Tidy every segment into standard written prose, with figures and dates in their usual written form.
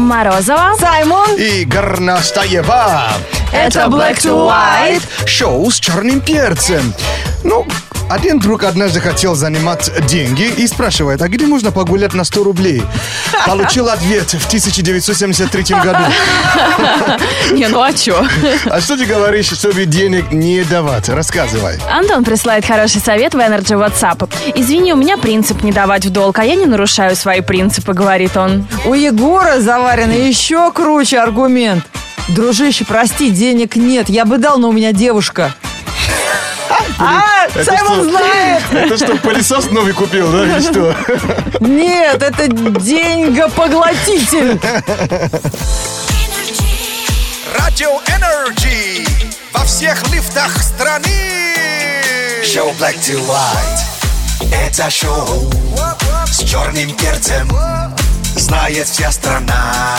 Морозова, Саймон и Горностаева. Это Black to White. Шоу с черным перцем. Ну, один друг однажды хотел занимать деньги и спрашивает, а где можно погулять на 100 рублей? Получил ответ в 1973 году. Не, ну а чё? А что ты говоришь, чтобы денег не давать? Рассказывай. Антон присылает хороший совет в Energy WhatsApp. Извини, у меня принцип не давать в долг, а я не нарушаю свои принципы, говорит он. У Егора заваренный еще круче аргумент. Дружище, прости, денег нет, я бы дал, но у меня девушка. Саймон знает. Это что, пылесос новый купил, да, или что? Нет, это деньгопоглотитель. Радио Energy во всех лифтах страны. Шоу Black to White. Это шоу с черным перцем. Знает вся страна.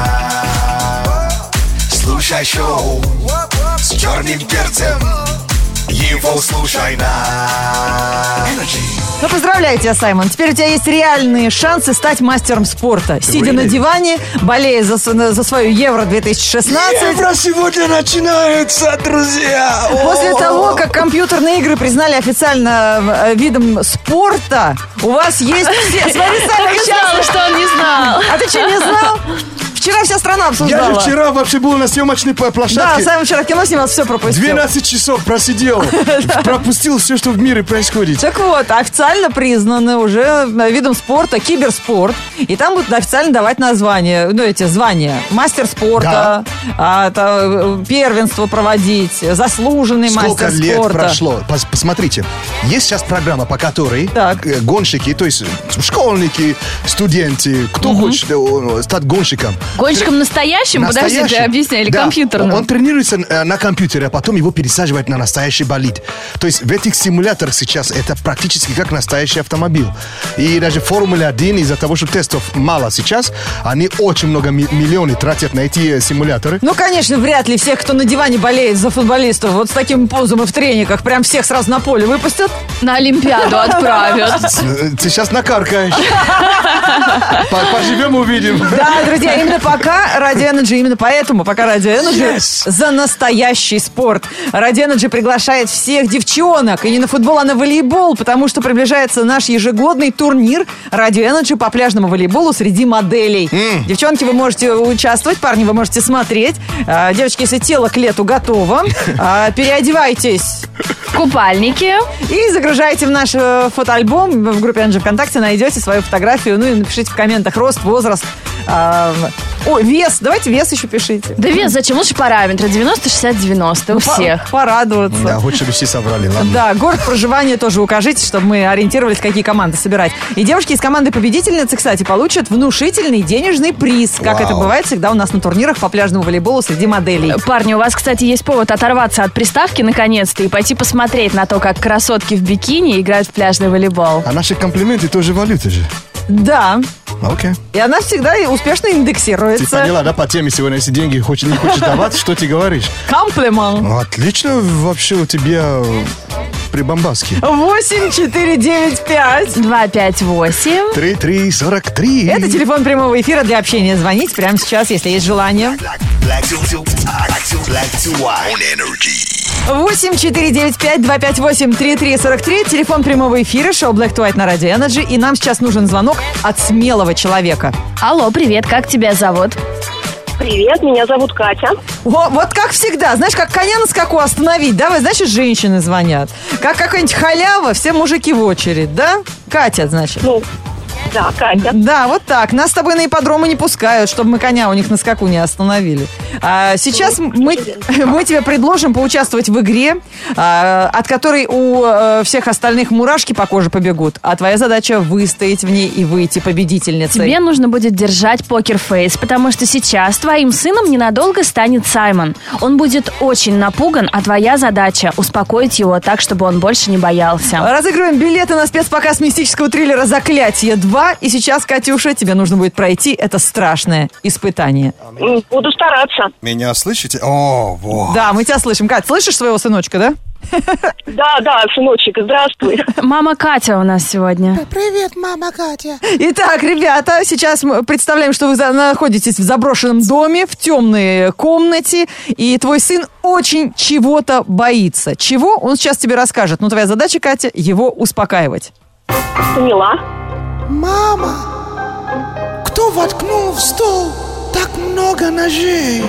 Слушай шоу с черным перцем. Его слушай на Energy. Ну, поздравляю тебя, Саймон. Теперь у тебя есть реальные шансы стать мастером спорта. Сидя на диване, болея за свою Евро 2016. Евро сегодня начинается, друзья. После того, как компьютерные игры признали официально видом спорта, у вас есть все... Смотри, Саймон, Знала, что он не знал. А ты что, не знал? Вчера вся страна обсуждала. Я же вчера вообще был на съемочной Да, площадке. Саймон вчера кино снимал, все пропустил. 12 часов просидел. Пропустил все, что в мире происходит. Так вот, официально признаны уже видом спорта киберспорт. И там будут официально давать названия, ну, эти звания. Мастер спорта, первенство проводить, заслуженный Сколько мастер лет спорта. прошло? Посмотрите, есть сейчас программа, по которой Так. гонщики, то есть школьники, студенты, кто хочет стать гонщиком. Гонщиком настоящим? Подожди, ты объясняй, или Да. компьютерным? Он тренируется на компьютере, а потом его пересаживают на настоящий болид. То есть в этих симуляторах сейчас это практически как настоящий автомобиль. И даже Формула-1 из-за того, что тестов мало сейчас, они очень много миллионы тратят на эти симуляторы. Ну, конечно, вряд ли всех, кто на диване болеет за футболистов, вот с таким позом и в трениках, прям всех сразу на поле выпустят. На Олимпиаду отправят. Ты сейчас накаркаешь. Поживем, увидим. Да, друзья, именно пока Радио Energy, именно поэтому пока Радио Energy за настоящий спорт. Радио Energy приглашает всех девчонок, и не на футбол, а на волейбол, потому что приближается наш ежегодный турнир Радио Energy по пляжному волейболу среди моделей. Девчонки, вы можете участвовать, парни, вы можете смотреть. Девочки, если тело к лету готово, переодевайтесь В купальнике. и загружайте в наш фотоальбом. В группе Energy ВКонтакте найдете свою фотографию. Ну и напишите в комментах рост, возраст. Вес. Давайте вес еще пишите. Да вес, зачем? Лучше параметры. 90-60-90 у всех. Порадоваться. Да, хоть чтобы все собрали, ладно. Да, город проживания тоже укажите, чтобы мы ориентировались, какие команды собирать. И девушки из команды победительницы, кстати, получат внушительный денежный приз, как это бывает всегда у нас на турнирах по пляжному волейболу среди моделей. Парни, у вас, кстати, есть повод оторваться от приставки наконец-то и пойти посмотреть на то, как красотки в бикини играют в пляжный волейбол. А наши комплименты тоже валюта же. Да. Окей. И она всегда успешно Ты индексируется. поняла, да, по теме сегодня, если деньги не хочешь давать, что ты говоришь? Комплимент. Ну, отлично вообще у тебя прибамбаски. 8495. 258. 3343. Это телефон прямого эфира для общения. Звоните прямо сейчас, если есть желание. Black to White on Energy. 8495-258-3343. Телефон прямого эфира, шоу Black to White на Радио Energy. И нам сейчас нужен звонок от смелого человека. Алло, привет, как тебя зовут? Привет, меня зовут Катя. Вот как всегда, знаешь, как коня на скаку остановить, да? Вы, значит, женщины звонят. Как какая-нибудь халява, все мужики в очередь, да? Катя, значит. Ну, да, Катя. Да, вот так. Нас с тобой на ипподромы не пускают, чтобы мы коня у них на скаку не остановили. А сейчас мы тебе предложим поучаствовать в игре, от которой у всех остальных мурашки по коже побегут. А твоя задача выстоять в ней и выйти победительницей. Тебе нужно будет держать покерфейс, потому что сейчас твоим сыном ненадолго станет Саймон. Он будет очень напуган, а твоя задача успокоить его так, чтобы он больше не боялся. Разыгрываем билеты на спецпоказ мистического триллера «Заклятие 2». 2. И сейчас, Катюша, тебе нужно будет пройти это страшное испытание. Буду стараться. Меня слышите? О, вот. Да, мы тебя слышим. Кать, слышишь своего сыночка, да? Да, сыночек, здравствуй. Мама Катя у нас сегодня. Привет, мама Катя. Итак, ребята, сейчас мы представляем, что вы находитесь в заброшенном доме, в темной комнате, и твой сын очень чего-то боится. Чего? Он сейчас тебе расскажет. Но твоя задача, Катя, его успокаивать. Поняла. Мама, кто воткнул в стол так много ножей?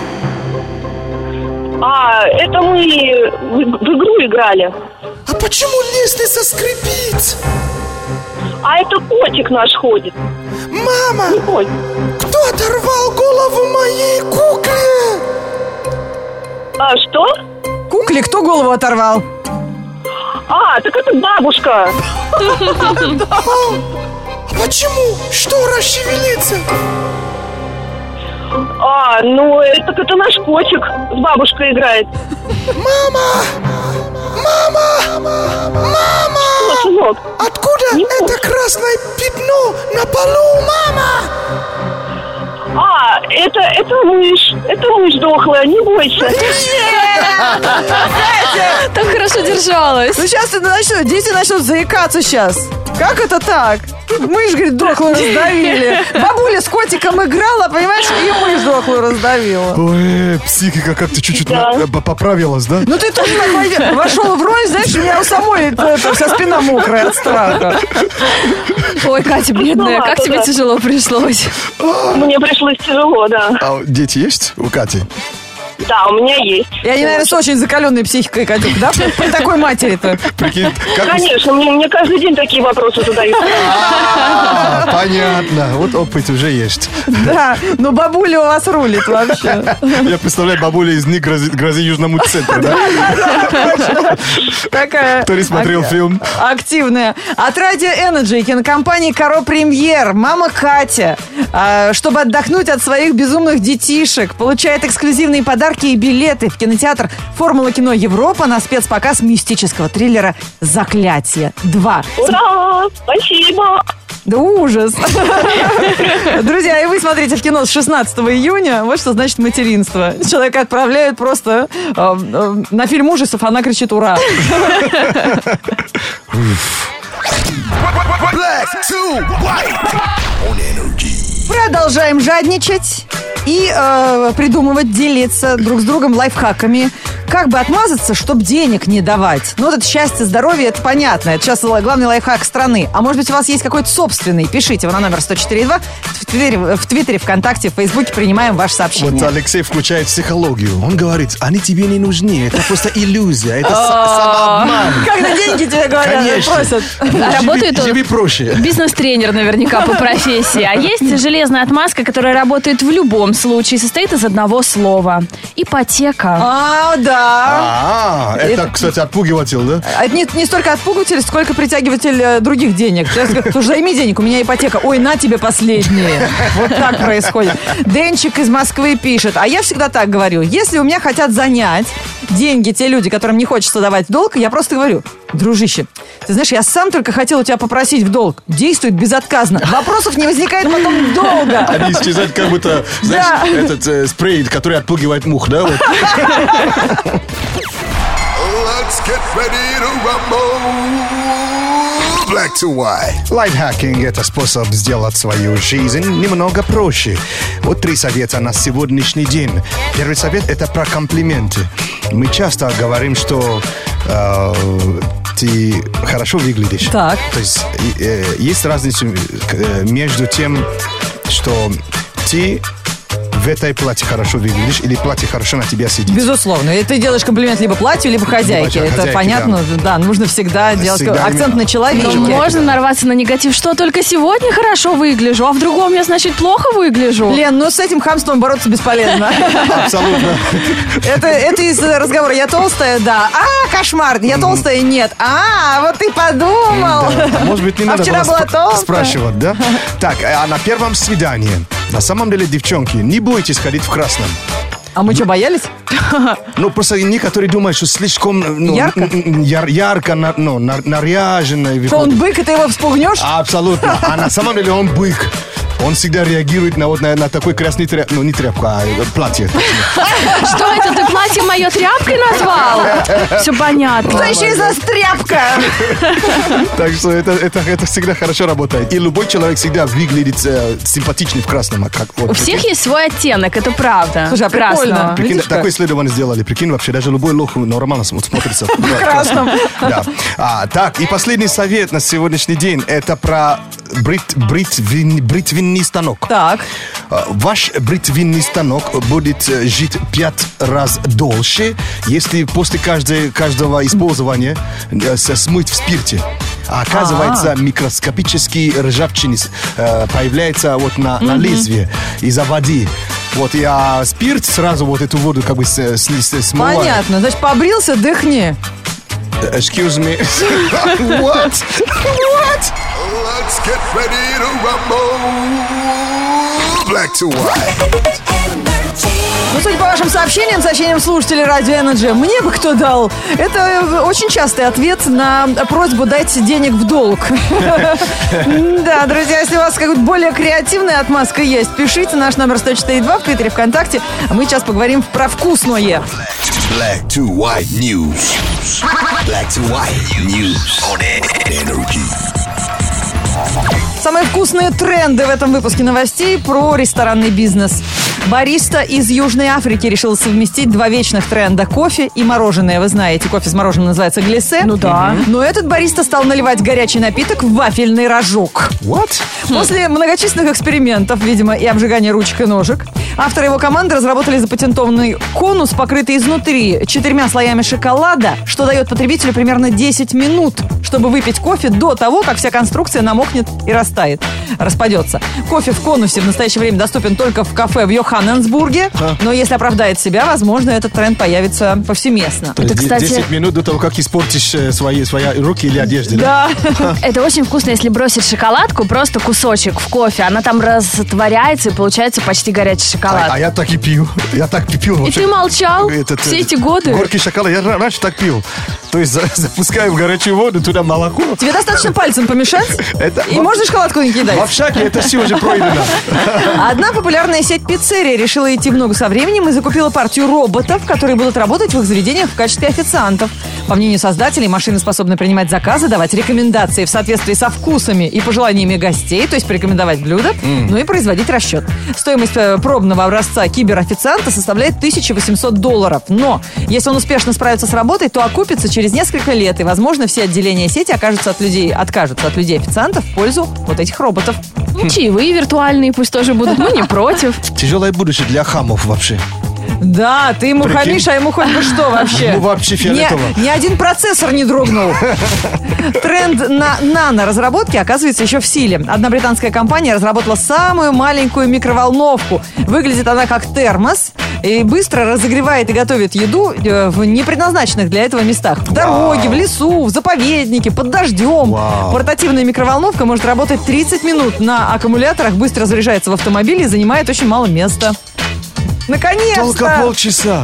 Это мы в игру играли. А почему лестница скрипит? А это котик наш ходит. Мама, Ой, кто оторвал голову моей кукле? что? Кукле кто голову оторвал? Так это бабушка. Почему? Что расшевелится? Это наш котик с бабушкой играет. Мама! Что, сынок? Откуда Не это бойся. красное пятно на полу, мама? Это мышь. Это мышь дохлая, не бойся. Так хорошо держалась. Ну сейчас дети начнут заикаться сейчас. Как это так? Мышь, говорит, дохлую раздавили. Бабуля с котиком играла, понимаешь, и мышь дохлую раздавила. Ой, психика как-то чуть-чуть Да. поправилась, да? Ну ты тоже так вошел в роль, знаешь, у меня у самой вся спина мокрая от страха. Ой, Катя, бедная, как тебе тяжело пришлось? Мне пришлось тяжело, да. А дети есть у Кати? Да, у меня есть. И они, наверное, с очень закаленной психикой, Катюк, да? При такой матери-то. Прикинь, как... Конечно, мне каждый день такие вопросы задают. Понятно, вот опыт уже есть. Да, но бабуля у вас рулит вообще. Я представляю, бабуля из них грозит Южному центру, да? Такая Кто не смотрел фильм? активная. От Радио Energy и кинокомпании «Каро Премьер» мама Катя, чтобы отдохнуть от своих безумных детишек, получает эксклюзивные подарки и билеты в кинотеатр «Формула кино Европа» на спецпоказ мистического триллера «Заклятие 2». Ура! Спасибо! Да ужас! Друзья, и вы смотрите в кино с 16 июня. Вот что значит материнство. Человека отправляют просто на фильм ужасов, она кричит «Ура!». Black to white on energy. Продолжаем жадничать и придумывать, делиться друг с другом лайфхаками. Как бы отмазаться, чтобы денег не давать? Ну, вот это счастье, здоровье, это понятно. Это сейчас главный лайфхак страны. А может быть, у вас есть какой-то собственный? Пишите его на номер 104.2. В Твиттере, ВКонтакте, в Фейсбуке принимаем ваше сообщение. Вот Алексей включает психологию. Он говорит, они тебе не нужны, это просто иллюзия, это самообман. Когда деньги тебе говорят, Конечно. просят. Работает он Живи проще. бизнес-тренер наверняка по профессии. А есть железная отмазка, которая работает в любом случае, состоит из одного слова. Ипотека. Да. Это, кстати, отпугиватель, да? Это не столько отпугиватель, сколько притягиватель других денег. Сейчас говорят, слушай, займи денег, у меня ипотека. Ой, на тебе последние. Вот так происходит. Денчик из Москвы пишет. А я всегда так говорю. Если у меня хотят занять деньги те люди, которым не хочется давать в долг, я просто говорю: дружище, ты знаешь, я сам только хотел у тебя попросить в долг. Действует безотказно. Вопросов не возникает потом долго. Они исчезают как будто, знаешь, этот спрей, который отпугивает мух, да? Вот. Let's get ready to rumble. Black to white. Лайфхакинг – это способ сделать свою жизнь немного проще. Вот 3 совета на сегодняшний день. Первый совет – это про комплименты. Мы часто говорим, что ты хорошо выглядишь. Так. То есть есть разница между тем, что ты в этой платье хорошо выглядишь или платье хорошо на тебя сидит. Безусловно. И ты делаешь комплимент либо платью, либо хозяйке. Либо Это хозяйке, понятно. Да, нужно всегда делать Всегда акцент на человеке. Но можно нарваться на негатив, что только сегодня хорошо выгляжу, а в другом я, значит, плохо выгляжу. Лен, ну с этим хамством бороться бесполезно. Абсолютно. Это из разговора. Я толстая, да. Кошмар. Я толстая, нет. Вот ты подумал. Да. Может быть, не надо вчера было была толстая. спрашивать, да? Так, а на первом свидании, на самом деле, девчонки, не бойтесь ходить в красном. А мы что, боялись? Ну, просто некоторые думают, что слишком ярко наряженный. Что он бык, и ты его вспугнешь? Абсолютно. А на самом деле он бык. Он всегда реагирует на такой красный тряпку. Ну, не тряпку, а платье. Что это, ты платье мое тряпкой назвал? Все понятно. Кто еще из нас тряпка? Так что это всегда хорошо работает. И любой человек всегда выглядит симпатичный в красном. У всех есть свой оттенок, это правда. Слушай, а прикольно. Прикинь, такое исследование сделали. Прикинь, вообще, даже любой лох нормально смотрится. В красном. Да. Так, и последний совет на сегодняшний день. Это про бритвенный станок. Так. Ваш бритвенный станок будет жить 5 раз дольше, если после каждого использования смыть в спирте. А оказывается, микроскопический ржавчина появляется вот на лезвие из-за воды. Вот, и спирт сразу вот эту воду как бы смывает. Понятно. Значит, побрился, дыхни. Excuse me. What? What? Let's get ready to rumble. Black to white. Ну, судя по вашим сообщениям слушателей Радио Energy, мне бы кто дал. Это очень частый ответ на просьбу «дайте денег в долг». Да, друзья, если у вас какая-то более креативная отмазка есть, пишите наш номер 104.2 в Твиттере, ВКонтакте. Мы сейчас поговорим про вкусное. Black to white news. Black to white news on Energy. Самые вкусные тренды в этом выпуске новостей про ресторанный бизнес. Бариста из Южной Африки решил совместить два вечных тренда – кофе и мороженое. Вы знаете, кофе с мороженым называется глиссе. Ну да. Но этот бариста стал наливать горячий напиток в вафельный рожок. What? После многочисленных экспериментов, видимо, и обжигания ручек и ножек, авторы его команды разработали запатентованный конус, покрытый изнутри 4 слоями шоколада, что дает потребителю примерно 10 минут, чтобы выпить кофе до того, как вся конструкция намокнет и распадется. Кофе в конусе в настоящее время доступен только в кафе в Йоханнесбурге, но если оправдает себя, возможно, этот тренд появится повсеместно. То есть Это, кстати- 10 минут до того, как испортишь свои руки или одежды, да? Да. Это очень вкусно, если бросить шоколадку, просто кусочек в кофе. Она там растворяется и получается почти горячий шоколад. А я так и пью. Я так пил И вообще. ты молчал все эти годы? Горький шоколад. Я раньше так пил. То есть запускаем горячую воду, туда молоко. Тебе достаточно пальцем помешать, Это и можно шоколадку не кидать. в общаге это все уже пройдено. Одна популярная сеть пиццерий решила идти в ногу со временем и закупила партию роботов, которые будут работать в их заведениях в качестве официантов. По мнению создателей, машины способны принимать заказы, давать рекомендации в соответствии со вкусами и пожеланиями гостей, то есть порекомендовать блюдо, ну и производить расчет. Стоимость пробного образца киберофицианта составляет $1800. Но если он успешно справится с работой, то окупится через несколько лет, и, возможно, все отделения сети откажутся от людей-официантов в пользу вот этих роботов. Ну, чаевые виртуальные пусть тоже будут, мы не против. Тяжелое будущее для хамов вообще. Да, ты ему Прикинь. хамишь, а ему хоть бы что вообще. Ну, вообще фиолетово. Ни один процессор не дрогнул. Тренд на нано-разработки оказывается еще в силе. Одна британская компания разработала самую маленькую микроволновку. Выглядит она как термос и быстро разогревает и готовит еду в непредназначенных для этого местах. В дороге, в лесу, в заповеднике, под дождем. Вау. Портативная микроволновка может работать 30 минут на аккумуляторах, быстро заряжается в автомобиле и занимает очень мало места. Наконец-то! Только полчаса.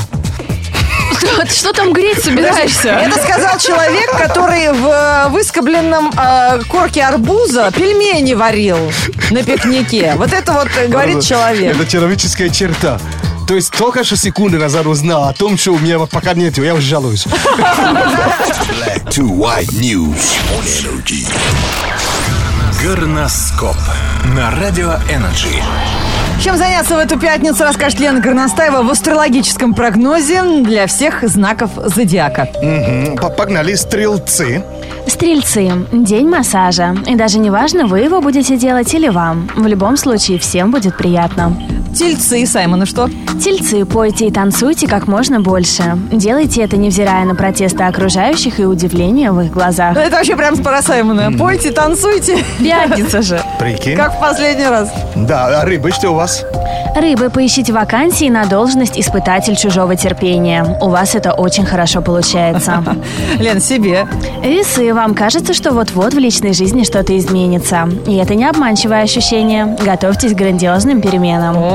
Что там греть собираешься? Это сказал человек, который в выскобленном корке арбуза пельмени варил на пикнике. Вот это вот говорит человек. Это человеческая черта. То есть только что секунды назад узнал о том, что у меня пока нет, я уже жалуюсь. Black to white news on Energy. Горноскоп на Радио Energy. Чем заняться в эту пятницу, расскажет Лена Горностаева в астрологическом прогнозе для всех знаков зодиака. Погнали, стрелцы. Стрельцы. День массажа. И даже не важно, вы его будете делать или вам. В любом случае, всем будет приятно. Тельцы, Саймон, что? Тельцы, пойте и танцуйте как можно больше. Делайте это, невзирая на протесты окружающих и удивление в их глазах. Это вообще прям спора Саймона. Пойте, танцуйте. Пятница же. Прикинь. Как в последний раз. Да, а рыбы, что у вас? Рыбы, поищите вакансии на должность испытатель чужого терпения. У вас это очень хорошо получается. Лен, себе. Весы, вам кажется, что вот-вот в личной жизни что-то изменится. И это не обманчивое ощущение. Готовьтесь к грандиозным переменам.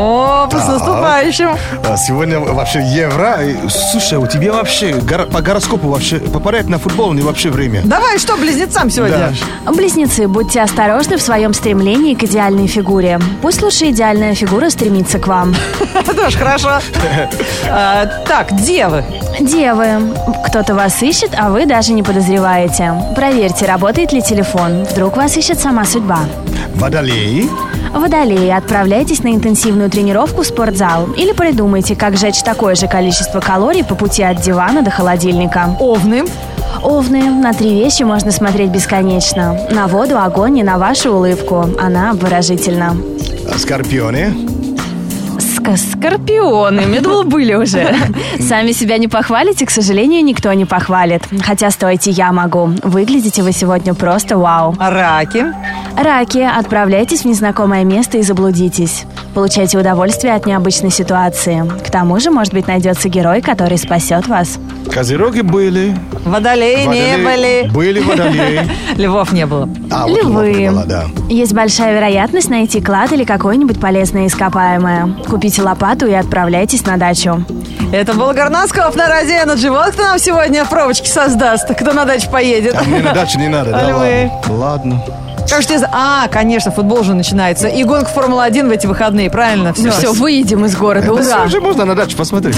О, с наступающим. Сегодня вообще евро. Слушай, у тебя вообще по гороскопу вообще попадает на футбол не вообще время. Давай, что близнецам сегодня? Да. Близнецы, будьте осторожны в своем стремлении к идеальной фигуре. Пусть лучше идеальная фигура стремится к вам. Тоже хорошо. Так, девы. Девы, кто-то вас ищет, а вы даже не подозреваете. Проверьте, работает ли телефон. Вдруг вас ищет сама судьба. Водолеи. Водолеи, отправляйтесь на интенсивную тренировку в спортзал или придумайте, как сжечь такое же количество калорий по пути от дивана до холодильника. Овны. Овны, на 3 вещи можно смотреть бесконечно. На воду, огонь и на вашу улыбку. Она обворожительна. Скорпионы. Скорпионы, медвол были уже. Сами себя не похвалите, к сожалению, никто не похвалит. Хотя, стойте, я могу. Выглядите вы сегодня просто вау. Раки. Раки, отправляйтесь в незнакомое место и заблудитесь. Получайте удовольствие от необычной ситуации. К тому же, может быть, найдется герой, который спасет вас. Козероги были. Водолеи не были. Были водолеи. Львов не было. Вот Львы. не было, да. Есть большая вероятность найти клад или какое-нибудь полезное ископаемое. Купите лопату и отправляйтесь на дачу. Это был Горноскоп на Радио Energy. Вот кто нам сегодня пробочки создаст, кто на дачу поедет. А мне на дачу не надо, да? Львы. Ладно. Как же тебе... конечно, футбол уже начинается. И гонка Формулы-1 в эти выходные, правильно? Все. Ну все, выедем из города, ура! Уже можно на дачу посмотреть.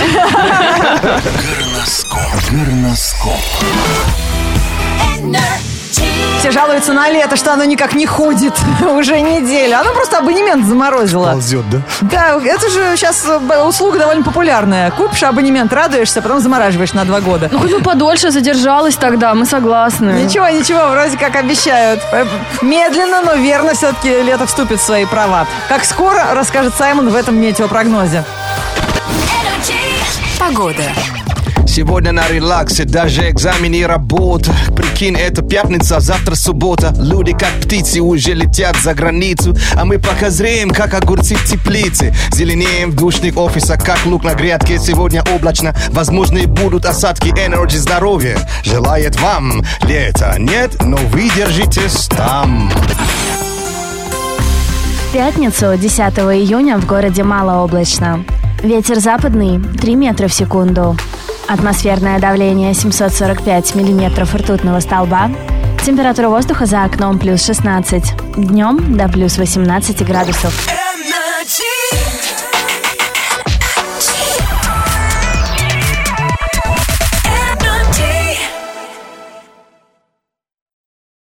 Горноскоп. Все жалуются на лето, что оно никак не ходит уже неделю. Оно просто абонемент заморозило. Ползет, да? Да, это же сейчас услуга довольно популярная. Купишь абонемент, радуешься, потом замораживаешь на 2 года. Ну хоть бы подольше задержалась тогда, мы согласны. Ничего, вроде как обещают. Медленно, но верно все-таки лето вступит в свои права. Как скоро, расскажет Саймон в этом метеопрогнозе. Погода. Сегодня на релаксе, даже экзамен и работа. Прикинь, это пятница, завтра суббота. Люди как птицы уже летят за границу, а мы пока зреем, как огурцы в теплице. Зеленеем в душных офисах, как лук на грядке. Сегодня облачно, возможно, будут осадки. Energy здоровья желает вам лето. Нет, но вы держитесь там. В пятницу, 10 июня, в городе малооблачно. Ветер западный 3 метра в секунду. Атмосферное давление 745 миллиметров ртутного столба. Температура воздуха за окном плюс 16. Днем до плюс 18 градусов.